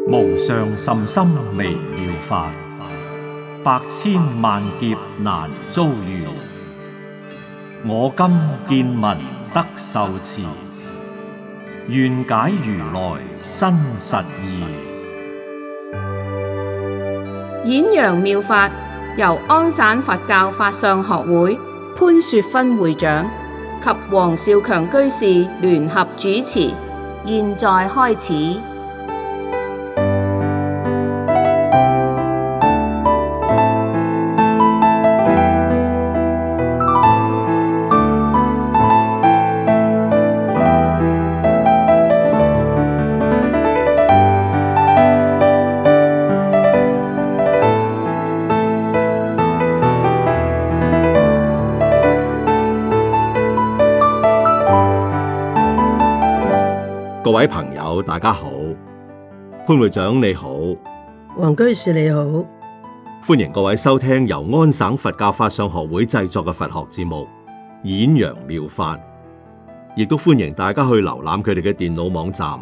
無上甚深微妙法，百千萬劫難遭遇。我今見聞得受持，願解如來真實義。 演揚妙法由安省佛教法相學會潘雪芬會長及黃少強居士聯合主持，現在開始。 各位朋友，大家好，潘會長你好， 黃居士你好， 歡迎各位收聽由安省佛教法相學會製作嘅佛學節目《演揚妙法》，亦都歡迎大家去瀏覽佢哋嘅電腦網站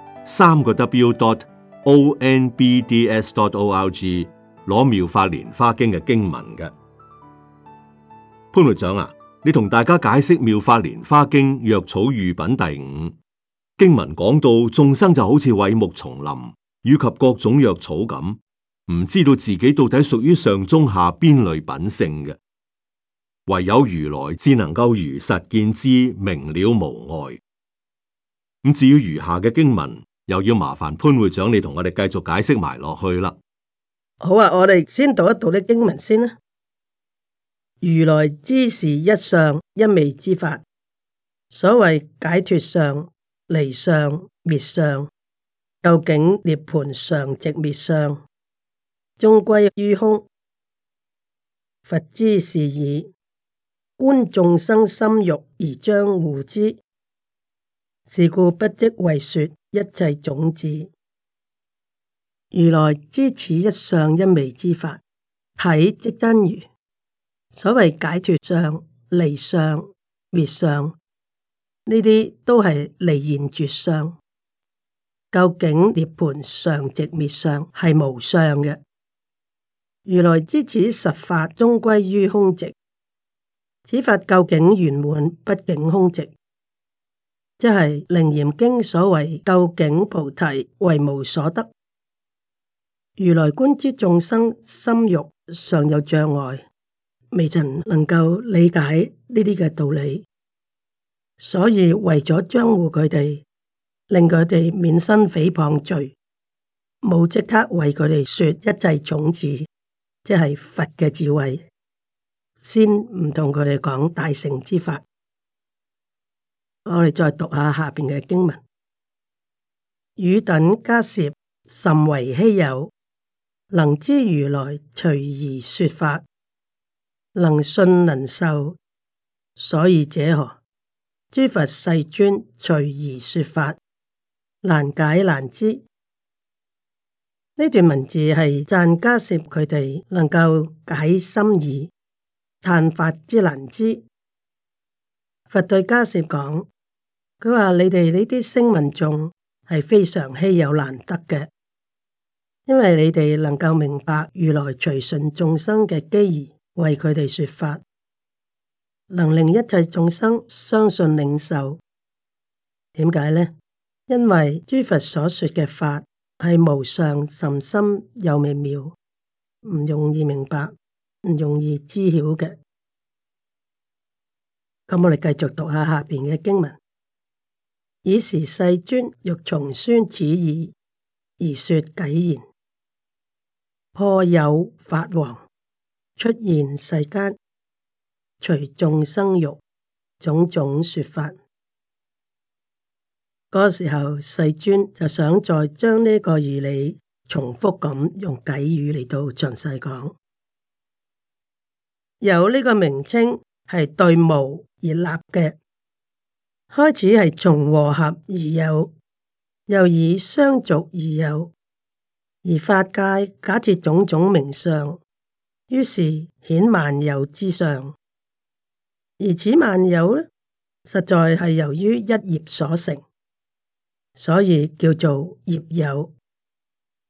3個W.onbds.org 攞妙法蓮花經嘅經文嘅。潘會長啊，你同大家解釋妙法蓮花經藥草喻品第5。經文講到眾生就好似偉木叢林以及各種藥草咁，唔知道自己到底屬於上中下邊類品性嘅，唯有如來至能夠如實見之，明了無礙。咁至於餘下嘅經文，又要麻煩潘會長你同我哋繼續解釋埋落去啦。 好啊，我哋先讀一讀啲經文先啦。如來知是一相一味之法，所謂解脫相、離相、滅相，究竟涅槃常寂滅相，終歸於空。佛知是已，觀眾生心欲而將護之，是故不即為說一切種智。如來知此一相一味之法，體即真如。所謂解脫相、離相、滅相，呢啲都係離言絕相，究竟涅槃常寂滅相係無相嘅。如來知此實法終歸於空寂，此法究竟圓滿，畢竟空寂，即係楞嚴經所謂究竟菩提為無所得。如來觀知眾生心欲尚有障礙，未曾能夠理解呢啲嘅道理。所以為咗將護佢哋，令佢哋免生誹謗罪，冇即刻為佢哋說一切種智，即係佛嘅智慧，先唔同佢哋講大乘之法。我哋再讀下下邊嘅經文：汝等迦葉甚為稀有，能知如來隨宜說法，能信能受，所以者何？諸佛世尊隨宜說法，難解難知。呢段文字係讚迦葉佢哋能夠解心意，嘆法之難知。佛對迦葉講，佢話你哋呢啲聲聞眾係非常稀有難得嘅，因為你哋能夠明白如來隨順眾生嘅機宜，為佢哋說法，能令一切眾生相信領受。點解呢？因為諸佛所說嘅法係無上甚深又微妙，唔容易明白，唔容易知曉嘅。咁我哋繼續讀下下邊嘅經文：爾時世尊欲重宣此義，而說偈言：破有法王出現世間，隨眾生欲，種種說法。嗰個時候，世尊就想再將呢個義理重複咁用偈語嚟到詳細講。有呢個名稱係對無而立嘅，開始係從和合而有，又以相續而有，而法界假設種種名相，於是顯萬有之相。而此萬有呢，實在係由於一業所成，所以叫做業有。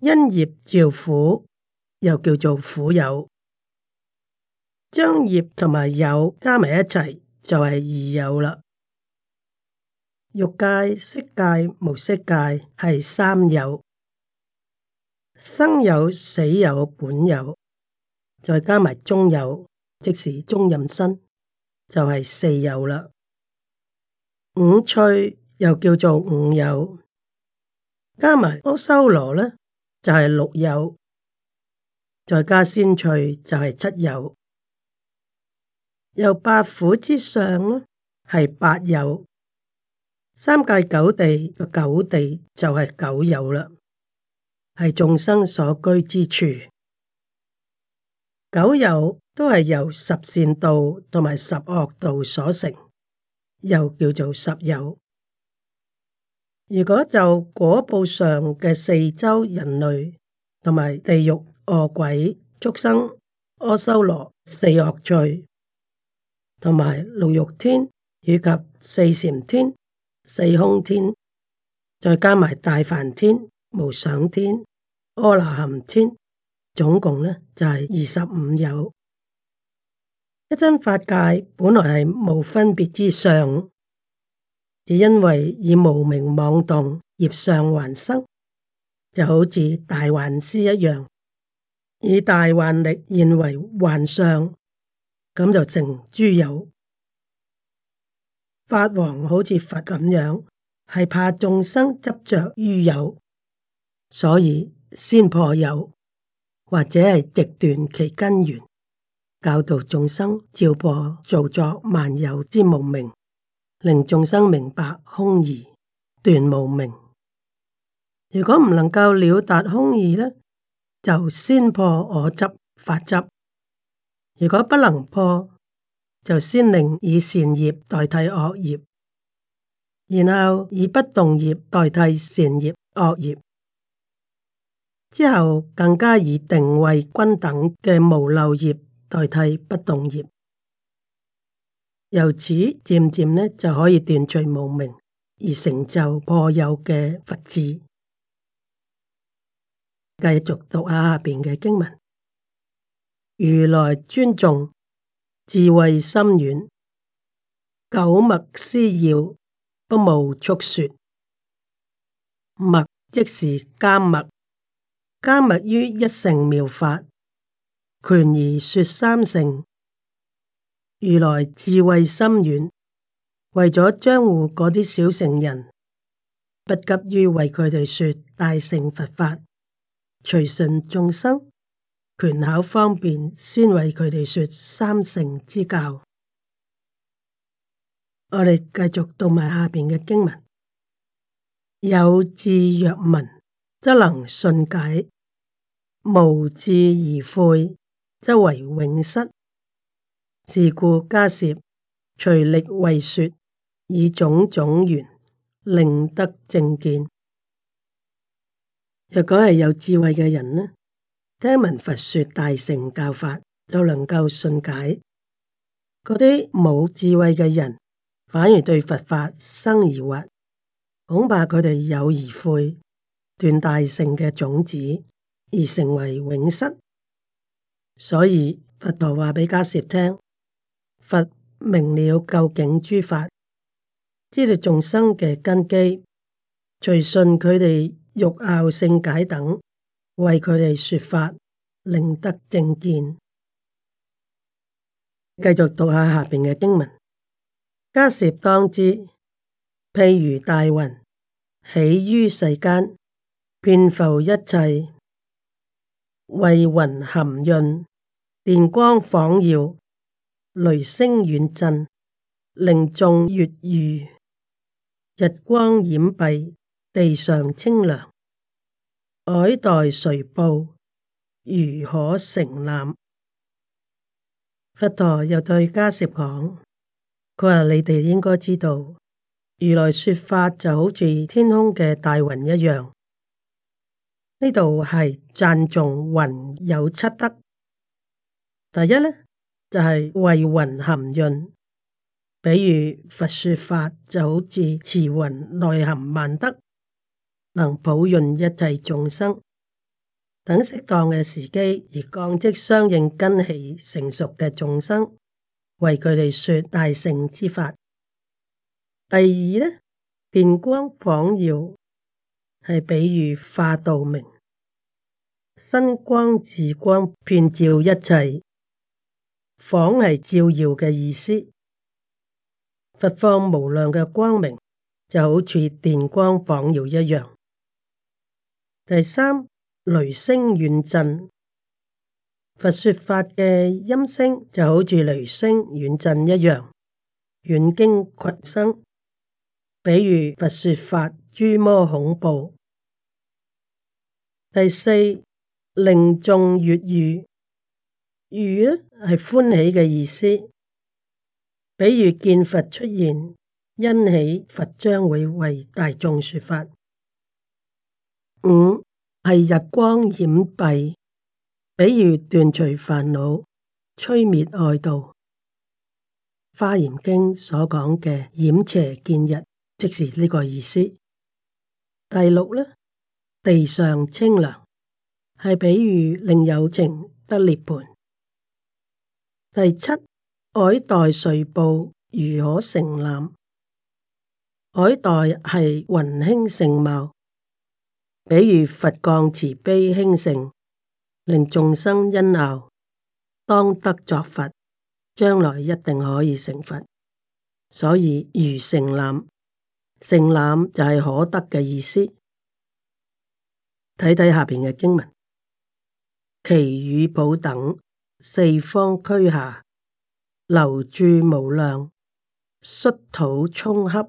因業召苦，又叫做苦有。將業同埋有加埋一齊，就係二有啦。欲界、色界、無色界係三有，生有、死有、本有，再加埋中有，即是中陰身，就係四有啦。五趣又叫做五有，加埋阿修羅呢，就係六有，再加仙趣就係七有。由八苦之上呢，係八有。三界九地嘅九地就係九有啦，係眾生所居之處。九有都係由十善道同埋十惡道所成，又叫做十有。如果就果報上嘅四洲人類同埋地獄餓鬼畜生阿修羅四惡趣，同埋六欲天以及四禪天、四空天，再加埋大梵天、無想天、阿那含天，總共呢就係25有。一真法界本來係無分別之相，只因為以無明妄動業相還生，就好似大幻師一樣，以大幻力現為幻相，咁就成諸有。法王好似佛咁樣，係怕眾生執着於有，所以先破有，或者係直斷其根源，教導眾生照破造作萬有之無明，令眾生明白空義，斷無明。如果唔能夠了達空義呢，就先破我執、法執。如果不能破，就先令以善業代替惡業，然後以不動業代替善業、惡業，之後更加以定慧均等嘅無漏業代替不動業，由此漸漸呢就可以斷除無明，而成就破有嘅佛智。繼續讀下下邊嘅經文：如來尊重，智慧深遠，九默斯要，不冒速說。默即是緘默，緘默於一乘妙法，權而說三乘。如來智慧深遠，為咗將護嗰啲小乘人，不急於為佢哋說大乘佛法，隨順眾生，權巧方便，先為佢哋說三乘之教。我哋繼續讀埋下邊嘅經文：有智若聞，則能信解；無智而悔，則為永失。是故迦葉隨力為說，以種種緣，令得正見。若果係有智慧嘅人呢，聽聞佛說大乘教法，就能夠信解。嗰啲冇智慧嘅人，反而對佛法生疑惑，恐怕佢哋有疑悔，斷大乘嘅種子，而成為永失。所以佛陀話俾迦葉聽，佛明了究竟諸法，知道眾生嘅根基，隨順佢哋欲拗勝解等，為佢哋說法，令得正見。繼續讀下下邊嘅經文：迦葉當知，譬如大雲起於世間，遍覆一切，為雲含潤，電光晃耀，雷聲遠震，令眾悅譽。日光掩蔽，地上清涼，皚皟垂布，如可承攬。佛陀又對迦葉講，佢話你哋應該知道，如來說法就好似天空嘅大雲一樣。呢度係讚頌雲有七德。第一呢，就係為雲含潤，比如佛說法就好似慈雲內含萬德，能普潤一切眾生， 等適當嘅時機而降職相應根器成熟嘅眾生，為佢哋說大乘之法。第二呢，電光晃耀係比喻化道明，身光自光遍照一切，晃係照耀嘅意思。佛放無量嘅光明，就好似電光晃耀一樣。第三，雷聲遠震，佛說法嘅音聲就好似雷聲遠震一樣，遠經群生。比如佛說法諸魔恐怖。第四，令眾悅譽，譽呢係歡喜嘅意思。比如見佛出現，欣喜佛將會為大眾說法。五係日光掩蔽，比如斷除煩惱，吹滅外道。華嚴經所講嘅掩邪見日，即是呢個意思。第六呢，地上清涼，係比喻令有情得涅槃。第七，靄代垂布，如可成纜。靄代係雲興盛貌，比如佛降慈悲興盛，令眾生欣樂，當得作佛，將來一定可以成佛。所以如成纜，成纜就係可得嘅意思。睇睇下邊嘅經文，其雨寶等四方俱下，流注無量，率土沖洽。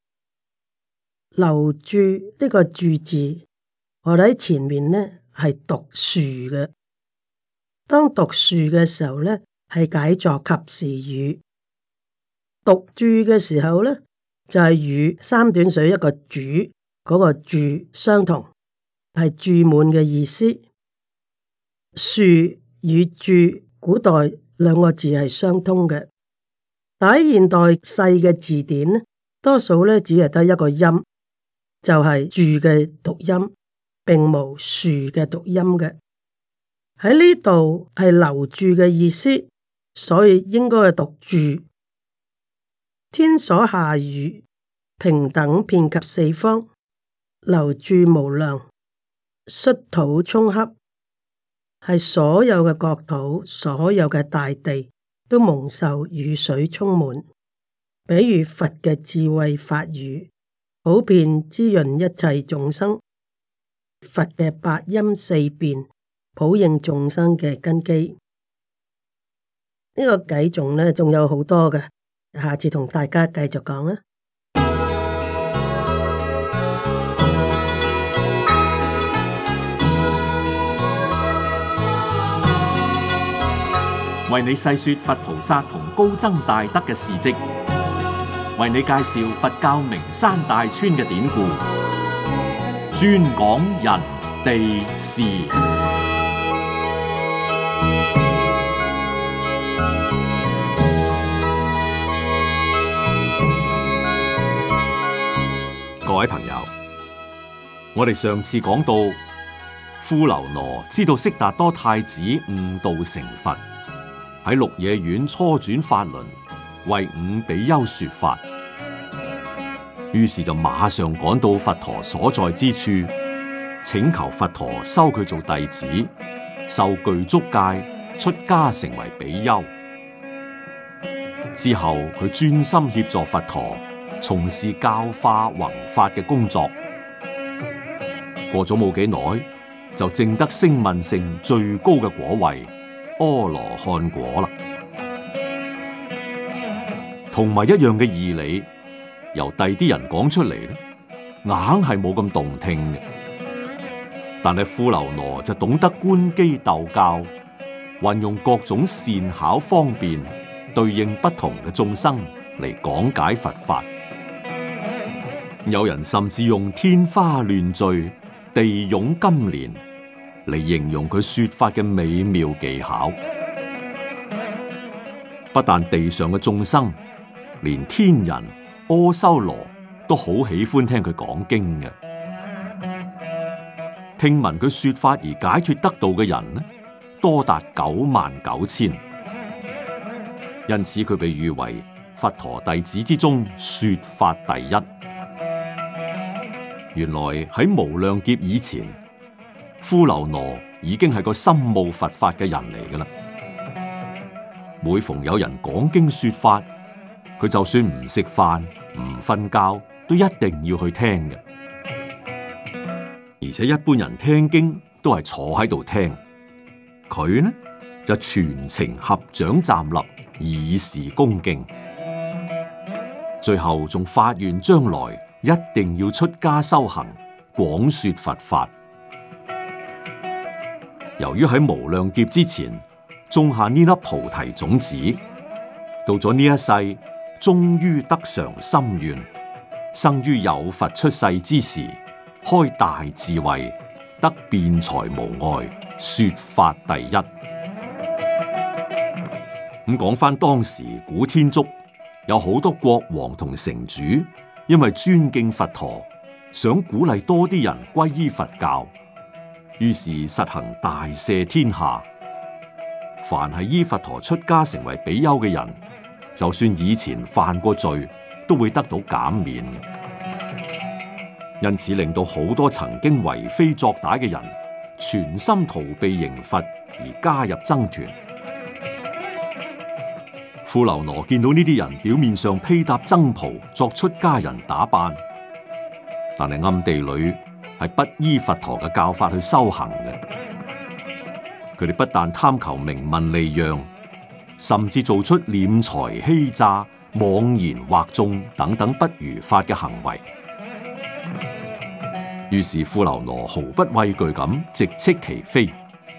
流注呢個注字，我哋喺前面呢係讀樹嘅。當讀樹嘅時候呢，係解作及時雨；讀注嘅時候呢，就係與三點水一個主嗰個注相同，係注滿嘅意思。樹與注古代兩個字係相通嘅，但喺現代細嘅字典呢，多數呢只係得一個音，就係注嘅讀音，並無樹嘅讀音嘅。喺呢度係流注嘅意思，所以應該係讀注。天所下雨，平等遍及四方，流注無量，率土沖洽，係所有嘅國土，所有嘅大地都蒙受雨水充滿。比如佛嘅智慧法語，普遍滋潤一切眾生。佛嘅八音四辯，普應眾生嘅根基。呢個偈頌呢，仲有好多嘅，下次同大家繼續講啦。 為你細說佛菩薩同高僧大德嘅事跡，為你介紹佛教名山大川嘅典故，專講人地事。 各位朋友，我哋上次講到，富樓那知道悉達多太子悟道成佛，喺鹿野苑初轉法輪，為五比丘說法，於是就馬上趕到佛陀所在之處，請求佛陀收佢做弟子，受具足戒，出家成為比丘。之後佢專心協助佛陀從事教化弘法嘅工作。過咗冇幾耐，就證得聲聞乘最高嘅果位阿羅漢果啦。同埋一樣嘅義理，由第啲人講出嚟咧，硬係冇咁動聽嘅。但係富樓那就懂得觀機逗教，運用各種善巧方便，對應不同嘅眾生嚟講解佛法。有人甚至用天花亂墜、地湧金蓮嚟形容佢說法嘅美妙技巧。不但地上嘅眾生，連天人、阿修羅都好喜歡聽佢講經嘅。 聽聞佢說法而解脱得道嘅人呢，多達99000，因此佢被譽為佛陀弟子之中說法第一。原來喺無量劫以前，富樓那已經係個心慕佛法嘅人嚟㗎喇。每逢有人講經說法，佢就算唔食飯唔瞓覺，都一定要去聽嘅。而且一般人聽經都係坐喺度聽，佢呢就全程合掌站立，以示恭敬。最後仲發願將來一定要出家修行，廣說佛法。由於喺無量劫之前種下呢粒菩提種子，到咗呢一世終於得償心願，生於有佛出世之時，開大智慧，得辯才無礙，說法第一。咁講返當時古天竺有好多國王同城主，因為尊敬佛陀，想鼓勵多啲人皈依佛教，於是實行大赦天下。凡係依佛陀出家成為比丘嘅人，就算以前犯過罪，都會得到減免。因此令到好多曾經為非作歹嘅人，全心逃避刑罰而加入僧團。富樓那見到呢啲人表面上披搭僧袍作出家人打扮，但係暗地裏係不依佛陀嘅教法去修行嘅。佢哋不但貪求名聞利養，甚至做出斂財欺詐、妄言惑眾等等不如法嘅行為。於是富樓那毫不畏懼咁直斥其非。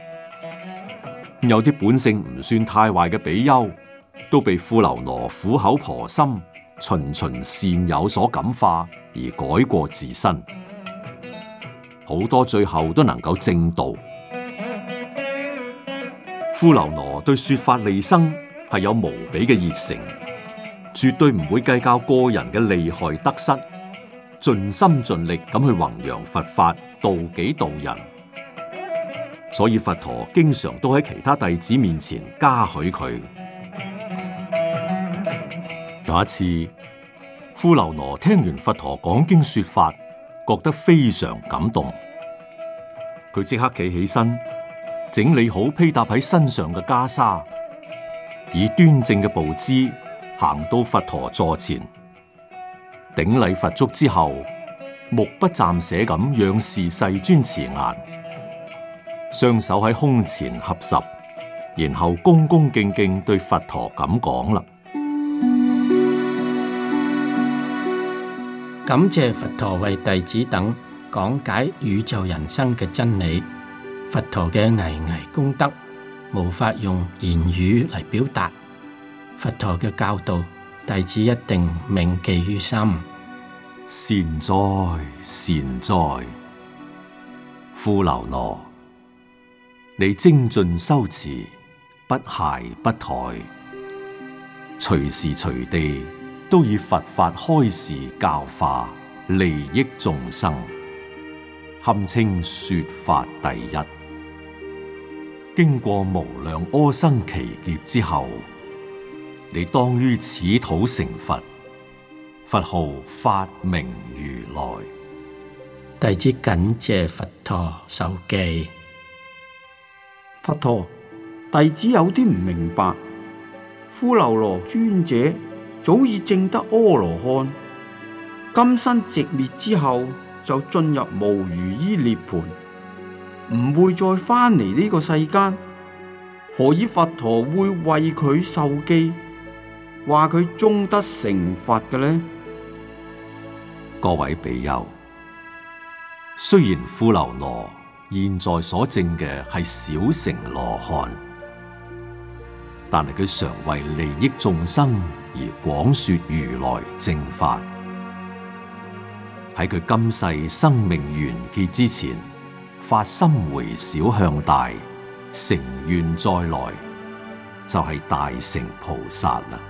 有啲本性唔算太壞嘅比丘，都被富樓那苦口婆心、循循善誘所感化而改過自身，好多最後都能夠正道。富樓那對說法利生係有無比嘅熱誠，絕對唔會計較個人嘅利害得失，盡心盡力咁去弘揚佛法，度己度人。所以佛陀經常都喺其他弟子面前嘉許佢。有一次，富樓那聽完佛陀講經說法，覺得非常感動。佢即刻企起身，整理好披搭喺身上嘅袈裟，以端正嘅步姿行到佛陀座前，頂禮佛足之後，目不暫捨咁仰視世尊慈顏，雙手喺胸前合十，然後恭恭敬敬對佛陀咁講啦。 感謝佛陀為弟子等講解宇宙人生嘅真理。佛陀嘅巍巍功德無法用言語嚟表達，佛陀嘅教導弟子一定銘記於心。 善哉善哉，富樓那，你精進修持，不懈不怠，隨時隨地都以佛法開示教化，利益眾生，堪稱說法第一。經過無量阿僧祇劫之後，你當於此土成佛，佛號法明如來。 弟子謹謝佛陀授記。 佛陀，弟子有啲唔明白，富樓那尊者早已證得阿羅漢，今生寂滅之後就進入無餘依涅槃，唔會再返嚟呢個世間，何以佛陀會為佢授記，話佢終得成佛嘅呢？ 各位比丘，雖然富樓那現在所證嘅係小乘羅漢，但係佢常為利益眾生而廣說如來正法。喺佢今世生命完結之前，發心回小向大，成願再來，就係大乘菩薩啦。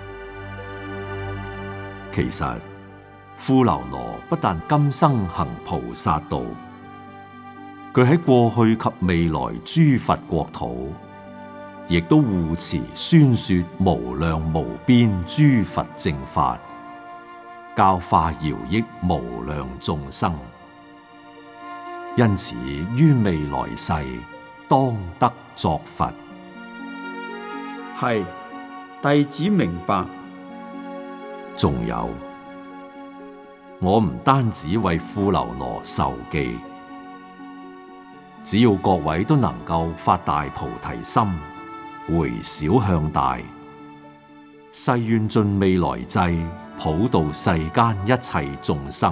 其實富樓那不但今生行菩薩道， 佢喺過去及未來諸佛國土，亦都護持宣說無量無邊諸佛正法，教化饒益無量眾生。因此於未來世當得作佛。 係，弟子明白。 仲有，我唔單止為富樓那授記，只要各位都能夠發大菩提心，回小向大，誓願盡未來際普渡世間一切眾生。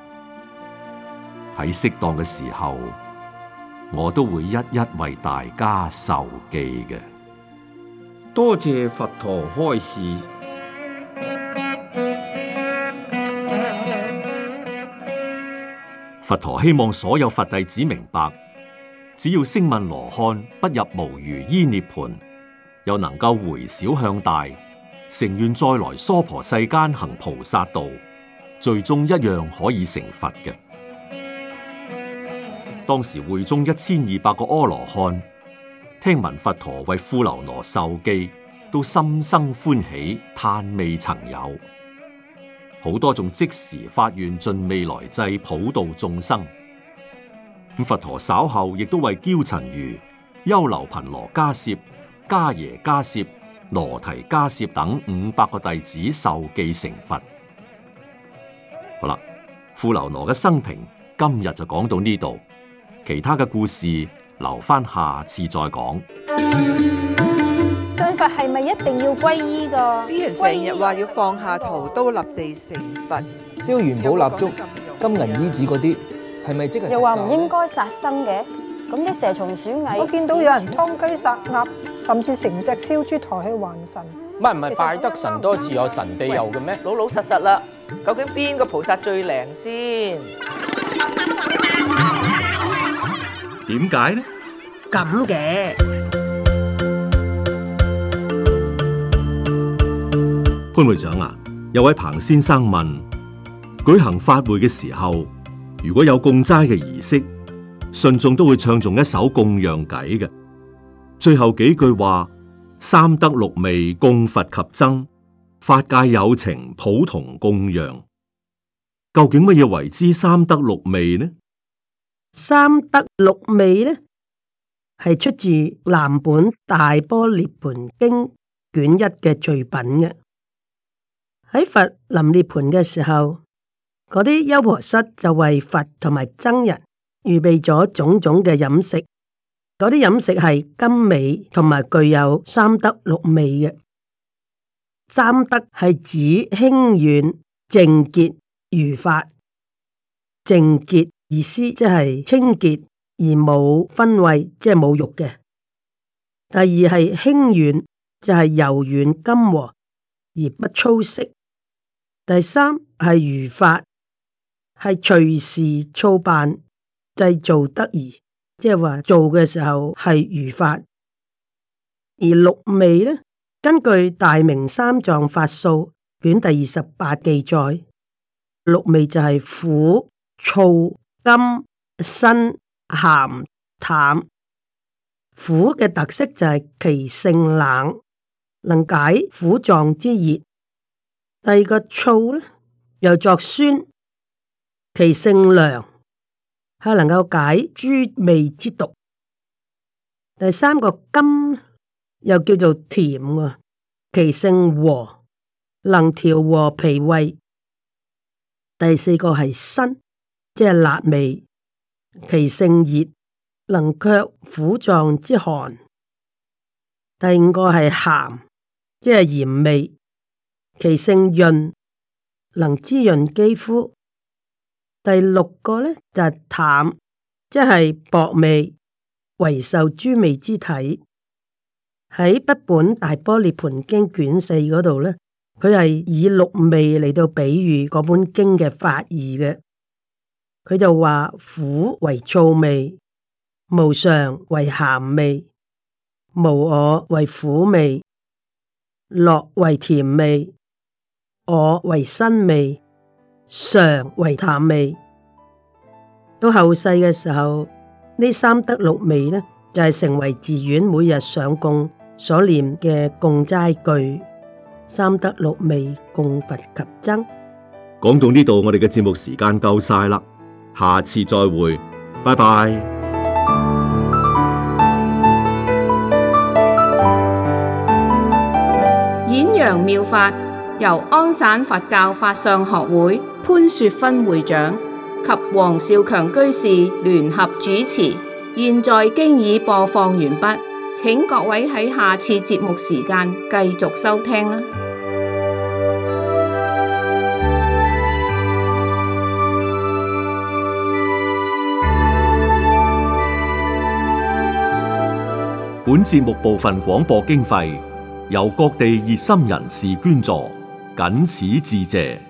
喺適當嘅時候，我都會一一為大家授記嘅。 多謝佛陀開示。 佛陀希望所有佛弟子明白，只要聲聞羅漢不入無餘依涅槃，又能夠回小向大，成願再來娑婆世間行菩薩道，最終一樣可以成佛嘅。當時會中1200個阿羅漢聽聞佛陀為富樓那授記，都心生歡喜，嘆未曾有。好多仲即時發願盡未來際普渡眾生。咁佛陀稍後亦都為憍陳如、優樓頻羅迦葉、迦耶迦葉、羅提迦葉等500個弟子授記成佛。好啦，富樓那嘅生平今日就講到呢度，其他嘅故事留返下次再講。 信佛係咪一定要皈依㗎？ 啲人成日話要放下屠刀立地成佛， 燒元寶蠟燭、金銀衣紙嗰啲，係咪即係？ 又話唔應該殺生嘅，咁啲蛇蟲鼠蟻， 我見到有人劏雞殺鴨，甚至成隻燒豬抬去還神。 唔係拜得神多自有神庇佑嘅咩？ 老老實實啦，究竟邊個菩薩最靈先？ 點解呢？ 咁嘅潘會長啊，有位彭先生問：舉行法會嘅時候，如果有供齋嘅儀式，信眾都會唱誦一首供養偈嘅，最後幾句話：三德六味供佛及僧，法界有情普同供養。究竟乜嘢為之三德六味呢？ 三德六味呢，係出自南本大般涅槃經卷1嘅序品嘅。喺佛臨涅槃嘅時候，嗰啲優婆塞就為佛同埋僧人預備咗種種嘅飲食，嗰啲飲食係甘美同埋具有三德六味嘅。三德係指輕軟、淨潔、如法。淨潔意思即係清潔而冇熏穢，即係冇肉嘅。第二係輕軟，就係柔軟甘和而不粗飾。第三係如法，係隨時操辦，製造得宜，即係話做嘅時候係如法。而六味呢，根據《大明三藏法數》卷第28記載，六味就係苦、燥、甘、辛、鹹、淡。苦嘅特色就係其性冷，能解苦臟之熱。第二個燥呢，又作酸，其性涼，係能夠解諸味之毒。第三個甘又叫做甜，其性和，能調和脾胃。第四個係辛，即係辣味，其性熱，能卻苦臟之寒。第五個係鹹，即係鹽味，其性潤，能滋潤肌膚。第六個呢，就係淡，即係薄味，為受諸味之體。喺北本大般涅槃經卷4嗰度呢，佢係以六味嚟到比喻嗰本經嘅法義嘅。佢就話苦為燥味，無常為鹹味，無我為苦味，樂為甜味，我為辛味，常為淡味。到後世嘅時候， 呢三德六味呢，就係成為寺院每日上供所念嘅供齋句。三德六味供佛及僧。 講到呢度，我哋嘅節目時間夠晒啦，下次再會，拜拜。 演揚妙法由安省佛教法相學會潘雪芬會長及黃少強居士聯合主持，現在經已播放完畢，請各位喺下次節目時間繼續收聽啦。 本節目部分廣播經費由各地熱心人士捐助，謹此致謝。